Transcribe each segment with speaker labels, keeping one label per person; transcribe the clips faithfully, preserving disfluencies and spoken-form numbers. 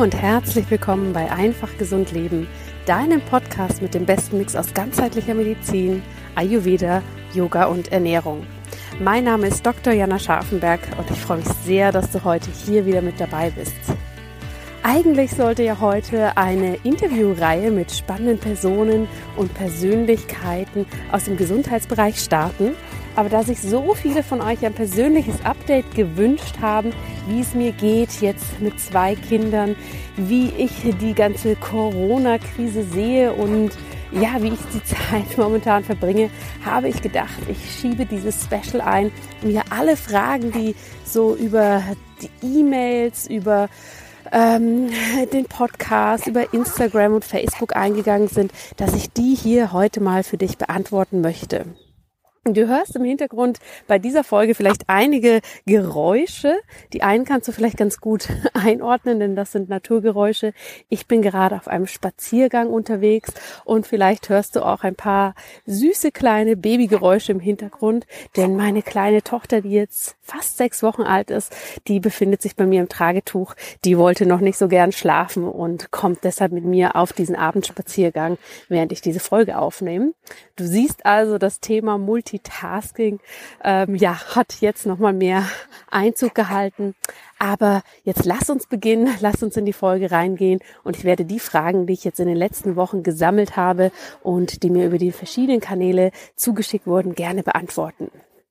Speaker 1: und herzlich willkommen bei Einfach Gesund Leben, deinem Podcast mit dem besten Mix aus ganzheitlicher Medizin, Ayurveda, Yoga und Ernährung. Mein Name ist Doktor Jana Scharfenberg und ich freue mich sehr, dass du heute hier wieder mit dabei bist. Eigentlich sollte ja heute eine Interviewreihe mit spannenden Personen und Persönlichkeiten aus dem Gesundheitsbereich starten. Aber da sich so viele von euch ein persönliches Update gewünscht haben, wie es mir geht jetzt mit zwei Kindern, wie ich die ganze Corona-Krise sehe und ja, wie ich die Zeit momentan verbringe, habe ich gedacht, ich schiebe dieses Special ein, um hier alle Fragen, die so über die E-Mails, über ähm, den Podcast, über Instagram und Facebook eingegangen sind, dass ich die hier heute mal für dich beantworten möchte. Du hörst im Hintergrund bei dieser Folge vielleicht einige Geräusche. Die einen kannst du vielleicht ganz gut einordnen, denn das sind Naturgeräusche. Ich bin gerade auf einem Spaziergang unterwegs und vielleicht hörst du auch ein paar süße kleine Babygeräusche im Hintergrund, denn meine kleine Tochter, die jetzt fast sechs Wochen alt ist, die befindet sich bei mir im Tragetuch. Die wollte noch nicht so gern schlafen und kommt deshalb mit mir auf diesen Abendspaziergang, während ich diese Folge aufnehme. Du siehst also, das Thema Multitasking ähm, ja, hat jetzt nochmal mehr Einzug gehalten. Aber jetzt lass uns beginnen, lass uns in die Folge reingehen und ich werde die Fragen, die ich jetzt in den letzten Wochen gesammelt habe und die mir über die verschiedenen Kanäle zugeschickt wurden, gerne beantworten.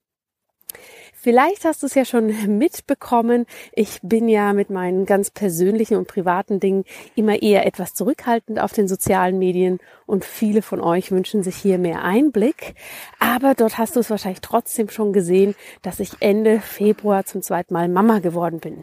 Speaker 1: Vielleicht hast du es ja schon mitbekommen, ich bin ja mit meinen ganz persönlichen und privaten Dingen immer eher etwas zurückhaltend auf den sozialen Medien und viele von euch wünschen sich hier mehr Einblick. Aber dort hast du es wahrscheinlich trotzdem schon gesehen, dass ich Ende Februar zum zweiten Mal Mama geworden bin.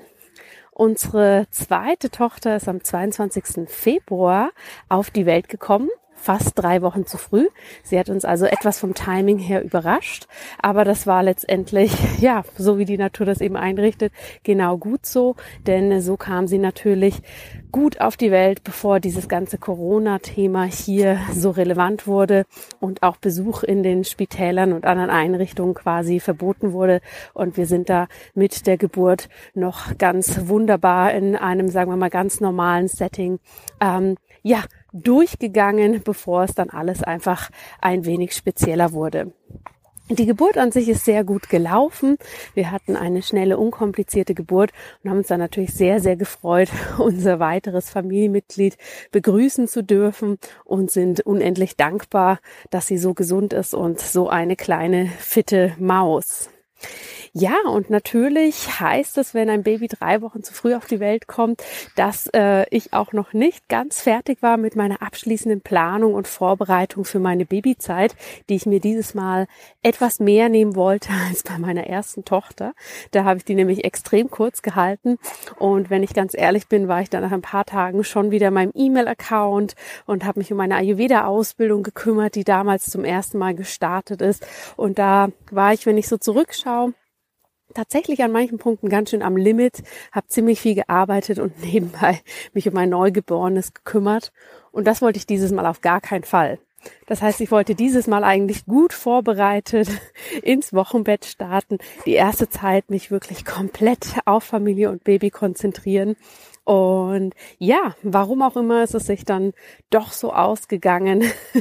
Speaker 1: Unsere zweite Tochter ist am zweiundzwanzigsten Februar auf die Welt gekommen. Fast drei Wochen zu früh. Sie hat uns also etwas vom Timing her überrascht, aber das war letztendlich, ja, so wie die Natur das eben einrichtet, genau gut so, denn so kam sie natürlich gut auf die Welt, bevor dieses ganze Corona-Thema hier so relevant wurde und auch Besuch in den Spitälern und anderen Einrichtungen quasi verboten wurde und wir sind da mit der Geburt noch ganz wunderbar in einem, sagen wir mal, ganz normalen Setting, ähm, ja, durchgegangen, bevor es dann alles einfach ein wenig spezieller wurde. Die Geburt an sich ist sehr gut gelaufen. Wir hatten eine schnelle, unkomplizierte Geburt und haben uns dann natürlich sehr, sehr gefreut, unser weiteres Familienmitglied begrüßen zu dürfen und sind unendlich dankbar, dass sie so gesund ist und so eine kleine, fitte Maus. Ja, und natürlich heißt es, wenn ein Baby drei Wochen zu früh auf die Welt kommt, dass äh, ich auch noch nicht ganz fertig war mit meiner abschließenden Planung und Vorbereitung für meine Babyzeit, die ich mir dieses Mal etwas mehr nehmen wollte als bei meiner ersten Tochter. Da habe ich die nämlich extrem kurz gehalten und wenn ich ganz ehrlich bin, war ich dann nach ein paar Tagen schon wieder in meinem E-Mail-Account und habe mich um meine Ayurveda-Ausbildung gekümmert, die damals zum ersten Mal gestartet ist. Und da war ich, wenn ich so zurückschaue, tatsächlich an manchen Punkten ganz schön am Limit, habe ziemlich viel gearbeitet und nebenbei mich um mein Neugeborenes gekümmert. Und das wollte ich dieses Mal auf gar keinen Fall. Das heißt, ich wollte dieses Mal eigentlich gut vorbereitet ins Wochenbett starten, die erste Zeit mich wirklich komplett auf Familie und Baby konzentrieren. Und ja, warum auch immer ist es sich dann doch so ausgegangen,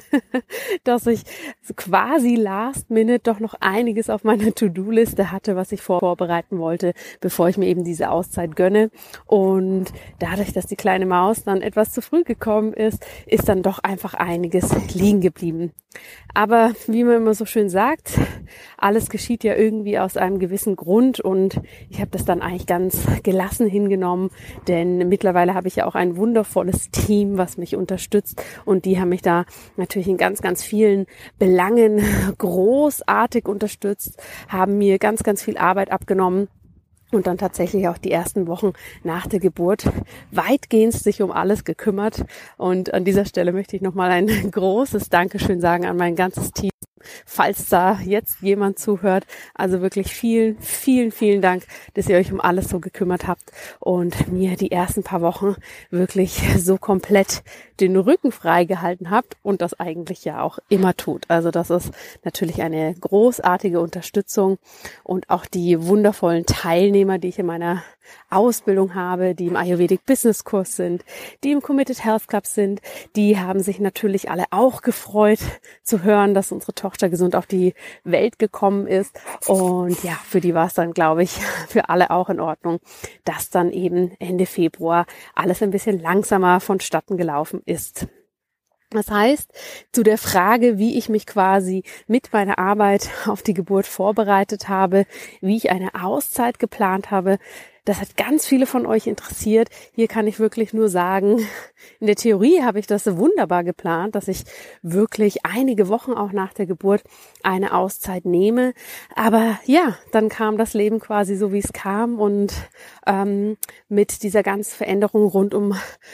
Speaker 1: dass ich quasi last minute doch noch einiges auf meiner To-Do-Liste hatte, was ich vorbereiten wollte, bevor ich mir eben diese Auszeit gönne. Und dadurch, dass die kleine Maus dann etwas zu früh gekommen ist, ist dann doch einfach einiges liegen geblieben. Aber wie man immer so schön sagt, alles geschieht ja irgendwie aus einem gewissen Grund und ich habe das dann eigentlich ganz gelassen hingenommen, denn mittlerweile habe ich ja auch ein wundervolles Team, was mich unterstützt und die haben mich da natürlich in ganz, ganz vielen Belangen großartig unterstützt, haben mir ganz, ganz viel Arbeit abgenommen. Und dann tatsächlich auch die ersten Wochen nach der Geburt weitgehend sich um alles gekümmert. Und an dieser Stelle möchte ich nochmal ein großes Dankeschön sagen an mein ganzes Team, falls da jetzt jemand zuhört. Also wirklich vielen, vielen, vielen Dank, dass ihr euch um alles so gekümmert habt und mir die ersten paar Wochen wirklich so komplett den Rücken frei gehalten habt und das eigentlich ja auch immer tut. Also das ist natürlich eine großartige Unterstützung und auch die wundervollen Teilnehmer, die ich in meiner Ausbildung habe, die im Ayurvedic Business Kurs sind, die im Committed Health Club sind, die haben sich natürlich alle auch gefreut zu hören, dass unsere Tochter gesund auf die Welt gekommen ist. Und ja, für die war es dann, glaube ich, für alle auch in Ordnung, dass dann eben Ende Februar alles ein bisschen langsamer vonstatten gelaufen ist. Das heißt, zu der Frage, wie ich mich quasi mit meiner Arbeit auf die Geburt vorbereitet habe, wie ich eine Auszeit geplant habe, das hat ganz viele von euch interessiert. Hier kann ich wirklich nur sagen, in der Theorie habe ich das wunderbar geplant, dass ich wirklich einige Wochen auch nach der Geburt eine Auszeit nehme. Aber ja, dann kam das Leben quasi so, wie es kam und ähm, mit dieser ganzen Veränderung rund um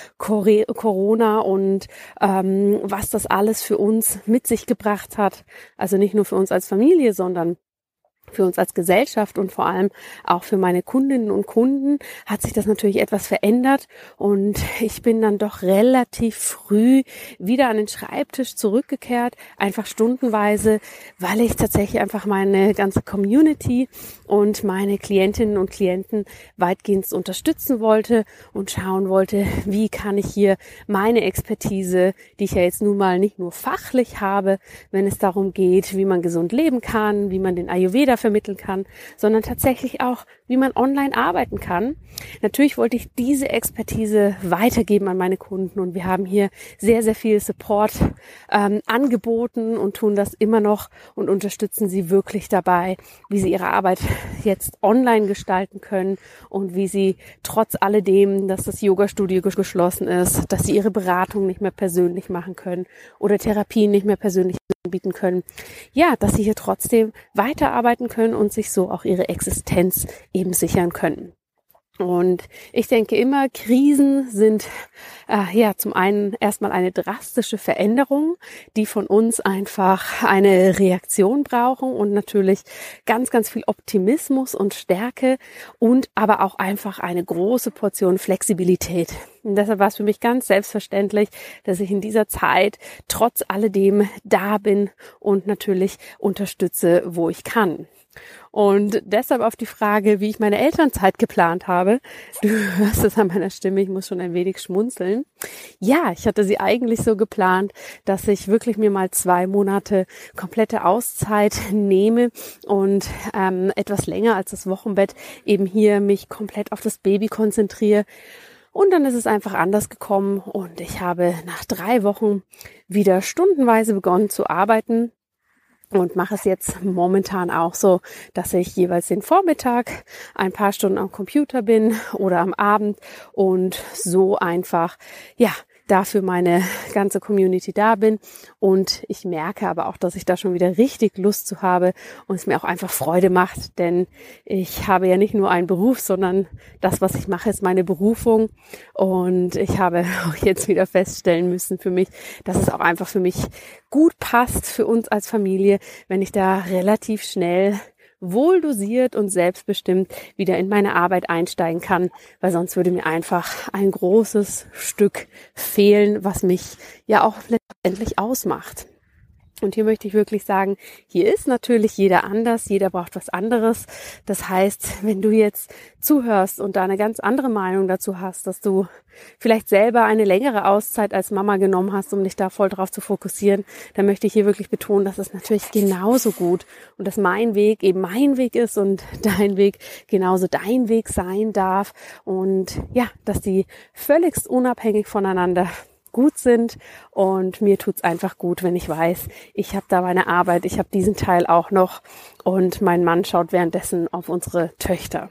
Speaker 1: Corona und ähm, was das alles für uns mit sich gebracht hat. Also nicht nur für uns als Familie, sondern für uns als Gesellschaft und vor allem auch für meine Kundinnen und Kunden hat sich das natürlich etwas verändert und ich bin dann doch relativ früh wieder an den Schreibtisch zurückgekehrt, einfach stundenweise, weil ich tatsächlich einfach meine ganze Community und meine Klientinnen und Klienten weitgehend unterstützen wollte und schauen wollte, wie kann ich hier meine Expertise, die ich ja jetzt nun mal nicht nur fachlich habe, wenn es darum geht, wie man gesund leben kann, wie man den Ayurveda vermitteln kann, sondern tatsächlich auch, wie man online arbeiten kann. Natürlich wollte ich diese Expertise weitergeben an meine Kunden und wir haben hier sehr, sehr viel Support ähm, angeboten und tun das immer noch und unterstützen sie wirklich dabei, wie sie ihre Arbeit jetzt online gestalten können und wie sie trotz alledem, dass das Yoga-Studio geschlossen ist, dass sie ihre Beratung nicht mehr persönlich machen können oder Therapien nicht mehr persönlich anbieten können, ja, dass sie hier trotzdem weiterarbeiten können und sich so auch ihre Existenz eben sichern können. Und ich denke immer, Krisen sind äh, ja zum einen erstmal eine drastische Veränderung, die von uns einfach eine Reaktion brauchen und natürlich ganz, ganz viel Optimismus und Stärke und aber auch einfach eine große Portion Flexibilität. Und deshalb war es für mich ganz selbstverständlich, dass ich in dieser Zeit trotz alledem da bin und natürlich unterstütze, wo ich kann. Und deshalb auf die Frage, wie ich meine Elternzeit geplant habe. Du hörst es an meiner Stimme, ich muss schon ein wenig schmunzeln. Ja, ich hatte sie eigentlich so geplant, dass ich wirklich mir mal zwei Monate komplette Auszeit nehme und ähm, etwas länger als das Wochenbett eben hier mich komplett auf das Baby konzentriere. Und dann ist es einfach anders gekommen und ich habe nach drei Wochen wieder stundenweise begonnen zu arbeiten. Und mache es jetzt momentan auch so, dass ich jeweils den Vormittag ein paar Stunden am Computer bin oder am Abend und so einfach, ja, dafür meine ganze Community da bin. Und ich merke aber auch, dass ich da schon wieder richtig Lust zu habe und es mir auch einfach Freude macht, denn ich habe ja nicht nur einen Beruf, sondern das, was ich mache, ist meine Berufung. Und ich habe auch jetzt wieder feststellen müssen für mich, dass es auch einfach für mich gut passt für uns als Familie, wenn ich da relativ schnell wohl dosiert und selbstbestimmt wieder in meine Arbeit einsteigen kann, weil sonst würde mir einfach ein großes Stück fehlen, was mich ja auch letztendlich ausmacht. Und hier möchte ich wirklich sagen, hier ist natürlich jeder anders, jeder braucht was anderes. Das heißt, wenn du jetzt zuhörst und da eine ganz andere Meinung dazu hast, dass du vielleicht selber eine längere Auszeit als Mama genommen hast, um dich da voll drauf zu fokussieren, dann möchte ich hier wirklich betonen, dass es natürlich genauso gut und dass mein Weg eben mein Weg ist und dein Weg genauso dein Weg sein darf und ja, dass die völligst unabhängig voneinander gut sind und mir tut's einfach gut, wenn ich weiß, ich habe da meine Arbeit, ich habe diesen Teil auch noch und mein Mann schaut währenddessen auf unsere Töchter.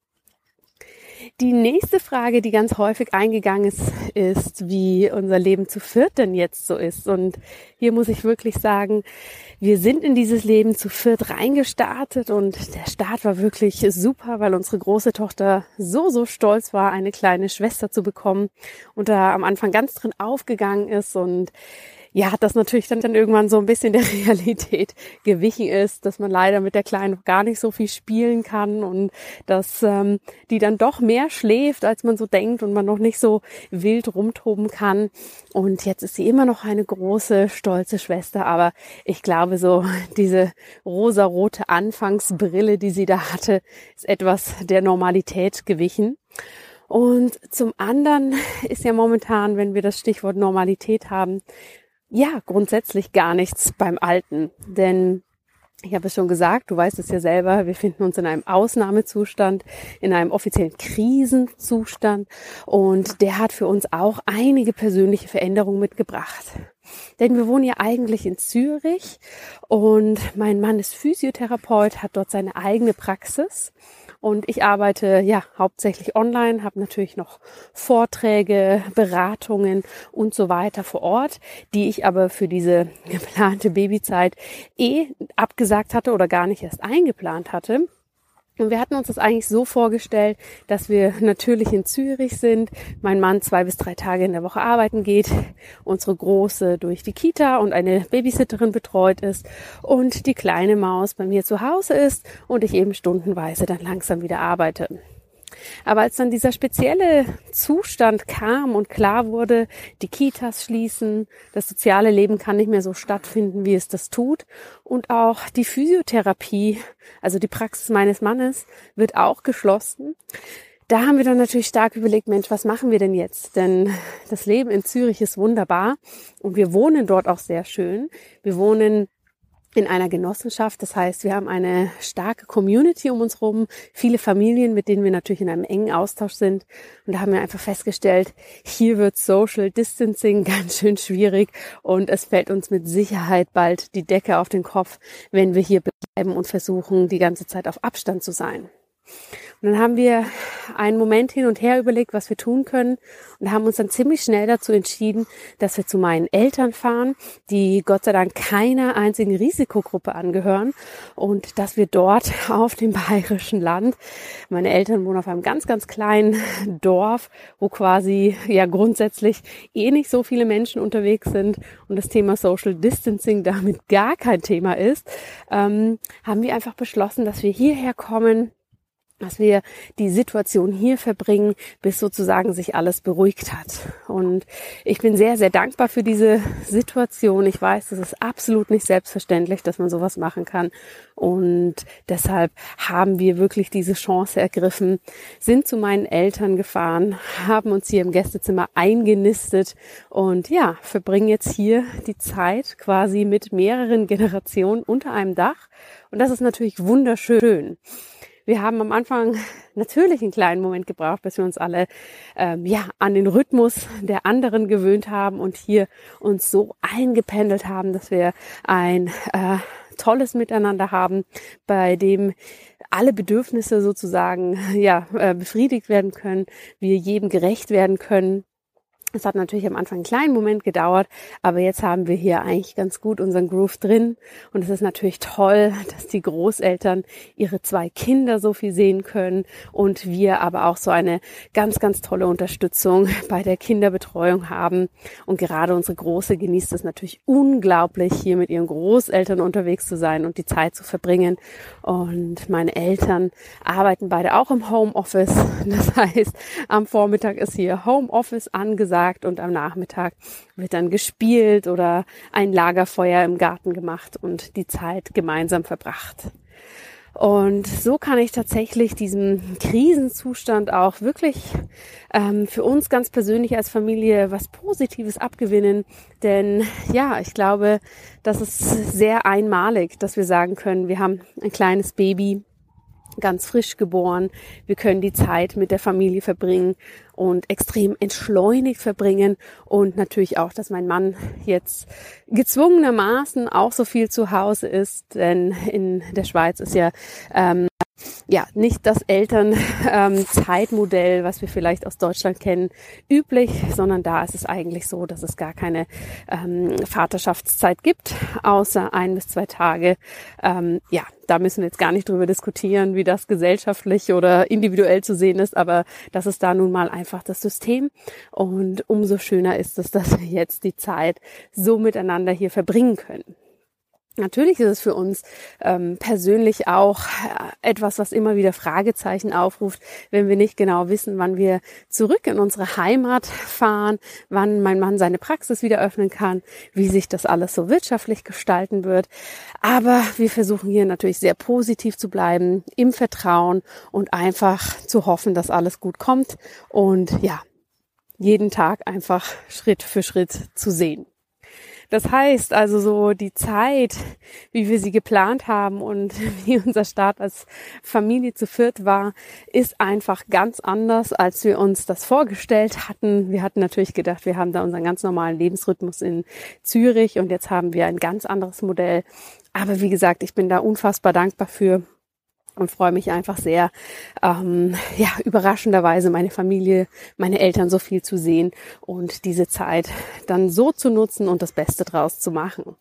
Speaker 1: Die nächste Frage, die ganz häufig eingegangen ist, ist, wie unser Leben zu viert denn jetzt so ist. Und hier muss ich wirklich sagen, wir sind in dieses Leben zu viert reingestartet und der Start war wirklich super, weil unsere große Tochter so, so stolz war, eine kleine Schwester zu bekommen und da am Anfang ganz drin aufgegangen ist und ja, dass natürlich dann, dann irgendwann so ein bisschen der Realität gewichen ist, dass man leider mit der Kleinen noch gar nicht so viel spielen kann und dass ähm, die dann doch mehr schläft, als man so denkt und man noch nicht so wild rumtoben kann. Und jetzt ist sie immer noch eine große, stolze Schwester, aber ich glaube so, diese rosarote Anfangsbrille, die sie da hatte, ist etwas der Normalität gewichen. Und zum anderen ist ja momentan, wenn wir das Stichwort Normalität haben, ja, grundsätzlich gar nichts beim Alten. Denn ich habe es schon gesagt, du weißt es ja selber, wir finden uns in einem Ausnahmezustand, in einem offiziellen Krisenzustand. Und der hat für uns auch einige persönliche Veränderungen mitgebracht. Denn wir wohnen ja eigentlich in Zürich und mein Mann ist Physiotherapeut, hat dort seine eigene Praxis. Und ich arbeite ja hauptsächlich online, habe natürlich noch Vorträge, Beratungen und so weiter vor Ort, die ich aber für diese geplante Babyzeit eh abgesagt hatte oder gar nicht erst eingeplant hatte. Und wir hatten uns das eigentlich so vorgestellt, dass wir natürlich in Zürich sind, mein Mann zwei bis drei Tage in der Woche arbeiten geht, unsere Große durch die Kita und eine Babysitterin betreut ist und die kleine Maus bei mir zu Hause ist und ich eben stundenweise dann langsam wieder arbeite. Aber als dann dieser spezielle Zustand kam und klar wurde, die Kitas schließen, das soziale Leben kann nicht mehr so stattfinden, wie es das tut und auch die Physiotherapie, also die Praxis meines Mannes, wird auch geschlossen. Da haben wir dann natürlich stark überlegt, Mensch, was machen wir denn jetzt? Denn das Leben in Zürich ist wunderbar und wir wohnen dort auch sehr schön. Wir wohnen in einer Genossenschaft. Das heißt, wir haben eine starke Community um uns rum, viele Familien, mit denen wir natürlich in einem engen Austausch sind. Und da haben wir einfach festgestellt, hier wird Social Distancing ganz schön schwierig und es fällt uns mit Sicherheit bald die Decke auf den Kopf, wenn wir hier bleiben und versuchen, die ganze Zeit auf Abstand zu sein. Und dann haben wir einen Moment hin und her überlegt, was wir tun können und haben uns dann ziemlich schnell dazu entschieden, dass wir zu meinen Eltern fahren, die Gott sei Dank keiner einzigen Risikogruppe angehören und dass wir dort auf dem bayerischen Land, meine Eltern wohnen auf einem ganz, ganz kleinen Dorf, wo quasi ja grundsätzlich eh nicht so viele Menschen unterwegs sind und das Thema Social Distancing damit gar kein Thema ist, ähm, haben wir einfach beschlossen, dass wir hierher kommen, dass wir die Situation hier verbringen, bis sozusagen sich alles beruhigt hat. Und ich bin sehr, sehr dankbar für diese Situation. Ich weiß, das ist absolut nicht selbstverständlich, dass man sowas machen kann. Und deshalb haben wir wirklich diese Chance ergriffen, sind zu meinen Eltern gefahren, haben uns hier im Gästezimmer eingenistet und ja, verbringen jetzt hier die Zeit quasi mit mehreren Generationen unter einem Dach. Und das ist natürlich wunderschön. Wir haben am Anfang natürlich einen kleinen Moment gebraucht, bis wir uns alle ähm, ja an den Rhythmus der anderen gewöhnt haben und hier uns so eingependelt haben, dass wir ein äh, tolles Miteinander haben, bei dem alle Bedürfnisse sozusagen ja äh, befriedigt werden können, wir jedem gerecht werden können. Es hat natürlich am Anfang einen kleinen Moment gedauert, aber jetzt haben wir hier eigentlich ganz gut unseren Groove drin und es ist natürlich toll, dass die Großeltern ihre zwei Kinder so viel sehen können und wir aber auch so eine ganz, ganz tolle Unterstützung bei der Kinderbetreuung haben und gerade unsere Große genießt es natürlich unglaublich, hier mit ihren Großeltern unterwegs zu sein und die Zeit zu verbringen und meine Eltern arbeiten beide auch im Homeoffice, das heißt, am Vormittag ist hier Homeoffice angesagt und am Nachmittag wird dann gespielt oder ein Lagerfeuer im Garten gemacht und die Zeit gemeinsam verbracht. Und so kann ich tatsächlich diesem Krisenzustand auch wirklich ähm, für uns ganz persönlich als Familie was Positives abgewinnen. Denn ja, ich glaube, das ist sehr einmalig, dass wir sagen können, wir haben ein kleines Baby, ganz frisch geboren. Wir können die Zeit mit der Familie verbringen und extrem entschleunigt verbringen und natürlich auch, dass mein Mann jetzt gezwungenermaßen auch so viel zu Hause ist, denn in der Schweiz ist ja ähm, ja, nicht das Elternzeitmodell, ähm, was wir vielleicht aus Deutschland kennen, üblich, sondern da ist es eigentlich so, dass es gar keine ähm, Vaterschaftszeit gibt, außer ein bis zwei Tage. Ähm, ja, da müssen wir jetzt gar nicht drüber diskutieren, wie das gesellschaftlich oder individuell zu sehen ist, aber das ist da nun mal einfach das System. Und umso schöner ist es, dass wir jetzt die Zeit so miteinander hier verbringen können. Natürlich ist es für uns ähm, persönlich auch etwas, was immer wieder Fragezeichen aufruft, wenn wir nicht genau wissen, wann wir zurück in unsere Heimat fahren, wann mein Mann seine Praxis wieder öffnen kann, wie sich das alles so wirtschaftlich gestalten wird. Aber wir versuchen hier natürlich sehr positiv zu bleiben, im Vertrauen und einfach zu hoffen, dass alles gut kommt und ja, jeden Tag einfach Schritt für Schritt zu sehen. Das heißt also so die Zeit, wie wir sie geplant haben und wie unser Start als Familie zu viert war, ist einfach ganz anders, als wir uns das vorgestellt hatten. Wir hatten natürlich gedacht, wir haben da unseren ganz normalen Lebensrhythmus in Zürich und jetzt haben wir ein ganz anderes Modell. Aber wie gesagt, ich bin da unfassbar dankbar für. Und freue mich einfach sehr, ähm, ja, überraschenderweise meine Familie, meine Eltern so viel zu sehen und diese Zeit dann so zu nutzen und das Beste draus zu machen.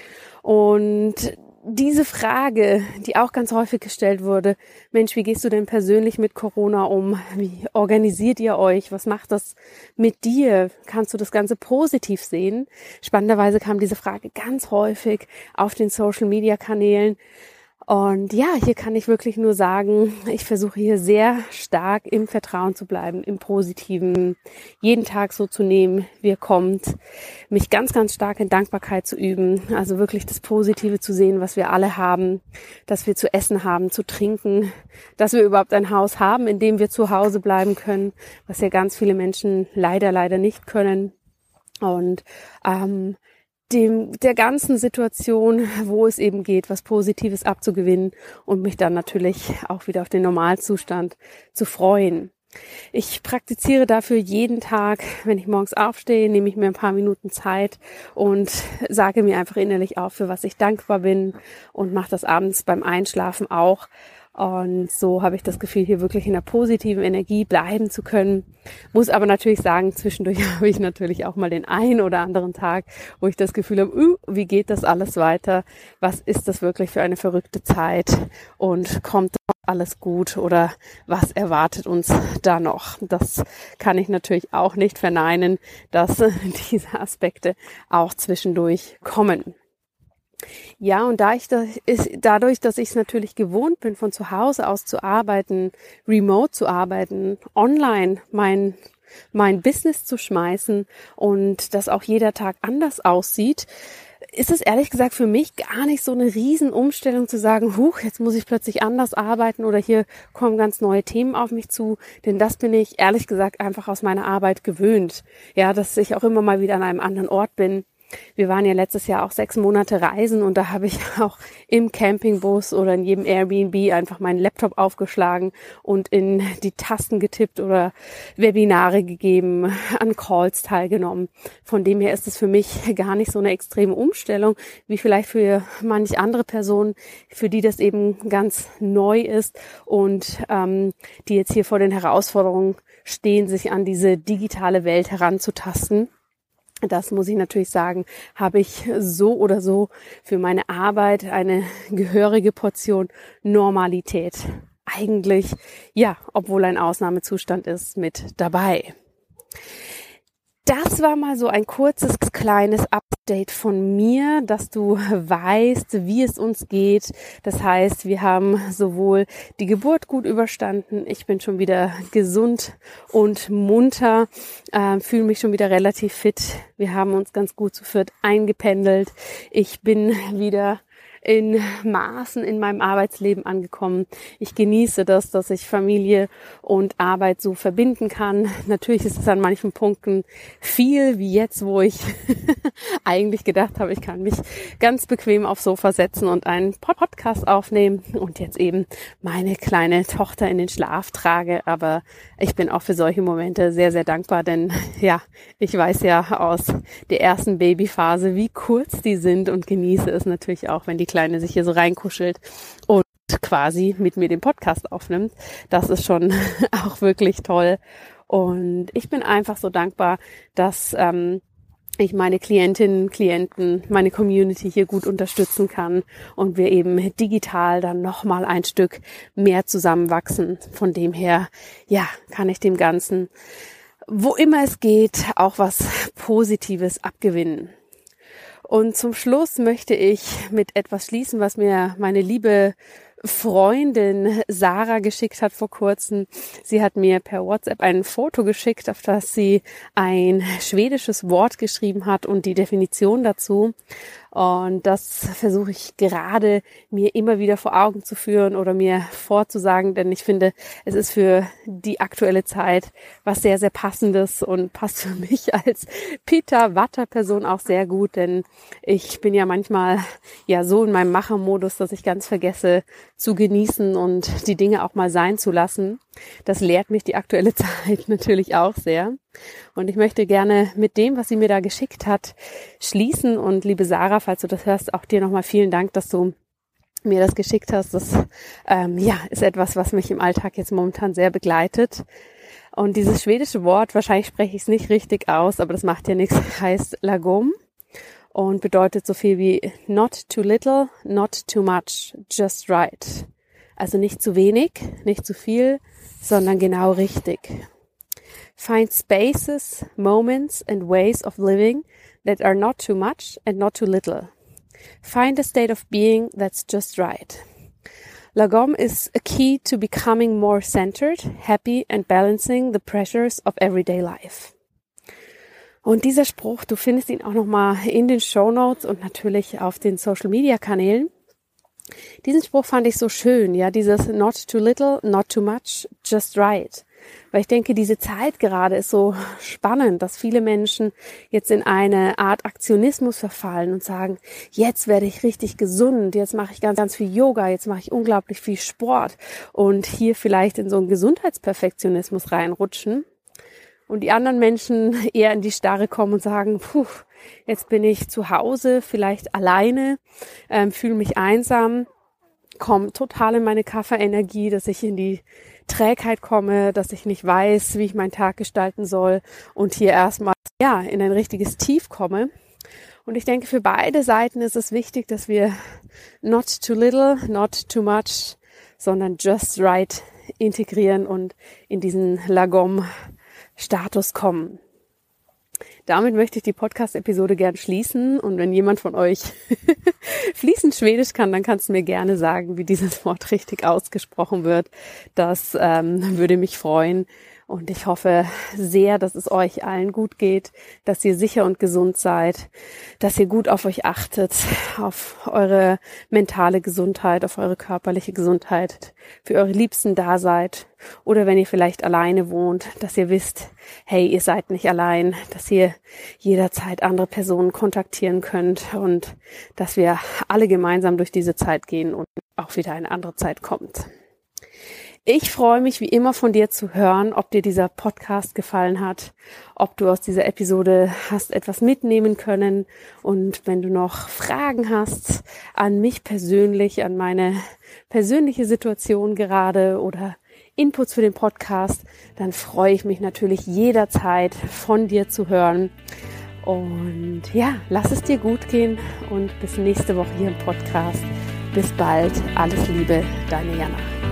Speaker 1: Und diese Frage, die auch ganz häufig gestellt wurde, Mensch, wie gehst du denn persönlich mit Corona um? Wie organisiert ihr euch? Was macht das mit dir? Kannst du das Ganze positiv sehen? Spannenderweise kam diese Frage ganz häufig auf den Social-Media-Kanälen. Und ja, hier kann ich wirklich nur sagen, ich versuche hier sehr stark im Vertrauen zu bleiben, im Positiven, jeden Tag so zu nehmen, wie er kommt, mich ganz, ganz stark in Dankbarkeit zu üben, also wirklich das Positive zu sehen, was wir alle haben, dass wir zu essen haben, zu trinken, dass wir überhaupt ein Haus haben, in dem wir zu Hause bleiben können, was ja ganz viele Menschen leider, leider nicht können. Und ähm, dem der ganzen Situation, wo es eben geht, was Positives abzugewinnen und mich dann natürlich auch wieder auf den Normalzustand zu freuen. Ich praktiziere dafür jeden Tag, wenn ich morgens aufstehe, nehme ich mir ein paar Minuten Zeit und sage mir einfach innerlich auf, für was ich dankbar bin und mache das abends beim Einschlafen auch. Und so habe ich das Gefühl, hier wirklich in der positiven Energie bleiben zu können. Muss aber natürlich sagen, zwischendurch habe ich natürlich auch mal den einen oder anderen Tag, wo ich das Gefühl habe, uh, wie geht das alles weiter? Was ist das wirklich für eine verrückte Zeit? Und kommt alles gut oder was erwartet uns da noch? Das kann ich natürlich auch nicht verneinen, dass diese Aspekte auch zwischendurch kommen. Ja, und da ich das ist, dadurch, dass ich es natürlich gewohnt bin, von zu Hause aus zu arbeiten, remote zu arbeiten, online mein mein Business zu schmeißen und dass auch jeder Tag anders aussieht, ist es ehrlich gesagt für mich gar nicht so eine Riesenumstellung zu sagen, huch, jetzt muss ich plötzlich anders arbeiten oder hier kommen ganz neue Themen auf mich zu, denn das bin ich ehrlich gesagt einfach aus meiner Arbeit gewöhnt. Ja, dass ich auch immer mal wieder an einem anderen Ort bin. Wir waren ja letztes Jahr auch sechs Monate reisen und da habe ich auch im Campingbus oder in jedem Airbnb einfach meinen Laptop aufgeschlagen und in die Tasten getippt oder Webinare gegeben, an Calls teilgenommen. Von dem her ist es für mich gar nicht so eine extreme Umstellung, wie vielleicht für manch andere Personen, für die das eben ganz neu ist und ähm, die jetzt hier vor den Herausforderungen stehen, sich an diese digitale Welt heranzutasten. Das muss ich natürlich sagen, habe ich so oder so für meine Arbeit eine gehörige Portion Normalität. Eigentlich, ja, obwohl ein Ausnahmezustand ist, mit dabei. Das war mal so ein kurzes, kleines Update von mir, dass du weißt, wie es uns geht. Das heißt, wir haben sowohl die Geburt gut überstanden, ich bin schon wieder gesund und munter, äh, fühle mich schon wieder relativ fit. Wir haben uns ganz gut zu viert eingependelt. Ich bin wieder in Maßen in meinem Arbeitsleben angekommen. Ich genieße das, dass ich Familie und Arbeit so verbinden kann. Natürlich ist es an manchen Punkten viel, wie jetzt, wo ich eigentlich gedacht habe, ich kann mich ganz bequem aufs Sofa setzen und einen Podcast aufnehmen und jetzt eben meine kleine Tochter in den Schlaf trage. Aber ich bin auch für solche Momente sehr, sehr dankbar, denn ja, ich weiß ja aus der ersten Babyphase, wie kurz die sind und genieße es natürlich auch, wenn die Kleine sich hier so reinkuschelt und jetzt quasi mit mir den Podcast aufnimmt. Das ist schon auch wirklich toll. Und ich bin einfach so dankbar, dass ähm, ich meine Klientinnen, Klienten, meine Community hier gut unterstützen kann und wir eben digital dann nochmal ein Stück mehr zusammenwachsen. Von dem her, ja, kann ich dem Ganzen, wo immer es geht, auch was Positives abgewinnen. Und zum Schluss möchte ich mit etwas schließen, was mir meine liebe Freundin Sarah geschickt hat vor kurzem. Sie hat mir per WhatsApp ein Foto geschickt, auf das sie ein schwedisches Wort geschrieben hat und die Definition dazu. Und das versuche ich gerade mir immer wieder vor Augen zu führen oder mir vorzusagen, denn ich finde, es ist für die aktuelle Zeit was sehr, sehr Passendes und passt für mich als Pitta-Vata-Person auch sehr gut, denn ich bin ja manchmal ja so in meinem Machermodus, dass ich ganz vergesse zu genießen und die Dinge auch mal sein zu lassen. Das lehrt mich die aktuelle Zeit natürlich auch sehr. Und ich möchte gerne mit dem, was sie mir da geschickt hat, schließen. Und liebe Sarah, falls du das hörst, auch dir nochmal vielen Dank, dass du mir das geschickt hast. Das ähm, ja ist etwas, was mich im Alltag jetzt momentan sehr begleitet. Und dieses schwedische Wort, wahrscheinlich spreche ich es nicht richtig aus, aber das macht ja nichts, heißt lagom und bedeutet so viel wie not too little, not too much, just right. Also nicht zu wenig, nicht zu viel, sondern genau richtig. Find spaces, moments and ways of living that are not too much and not too little. Find a state of being that's just right. Lagom is a key to becoming more centered, happy and balancing the pressures of everyday life. Und dieser Spruch, du findest ihn auch nochmal in den Shownotes und natürlich auf den Social-Media-Kanälen. Diesen Spruch fand ich so schön, ja, dieses not too little, not too much, just right. Weil ich denke, diese Zeit gerade ist so spannend, dass viele Menschen jetzt in eine Art Aktionismus verfallen und sagen, jetzt werde ich richtig gesund, jetzt mache ich ganz, ganz viel Yoga, jetzt mache ich unglaublich viel Sport und hier vielleicht in so einen Gesundheitsperfektionismus reinrutschen. Und die anderen Menschen eher in die Starre kommen und sagen, puh, jetzt bin ich zu Hause, vielleicht alleine, ähm, fühle mich einsam, komme total in meine Kafferenergie, dass ich in die Trägheit komme, dass ich nicht weiß, wie ich meinen Tag gestalten soll und hier erstmal ja in ein richtiges Tief komme. Und ich denke, für beide Seiten ist es wichtig, dass wir not too little, not too much, sondern just right integrieren und in diesen Lagom-Status kommen. Damit möchte ich die Podcast-Episode gern schließen und wenn jemand von euch fließend Schwedisch kann, dann kannst du mir gerne sagen, wie dieses Wort richtig ausgesprochen wird. Das ähm, würde mich freuen und ich hoffe sehr, dass es euch allen gut geht, dass ihr sicher und gesund seid, dass ihr gut auf euch achtet, auf eure mentale Gesundheit, auf eure körperliche Gesundheit, für eure Liebsten da seid. Oder wenn ihr vielleicht alleine wohnt, dass ihr wisst, hey, ihr seid nicht allein, dass ihr jederzeit andere Personen kontaktieren könnt und dass wir alle gemeinsam durch diese Zeit gehen und auch wieder eine andere Zeit kommt. Ich freue mich wie immer von dir zu hören, ob dir dieser Podcast gefallen hat, ob du aus dieser Episode hast etwas mitnehmen können und wenn du noch Fragen hast an mich persönlich, an meine persönliche Situation gerade oder Inputs für den Podcast, dann freue ich mich natürlich jederzeit von dir zu hören. Und ja, lass es dir gut gehen und bis nächste Woche hier im Podcast. Bis bald. Alles Liebe, deine Jana.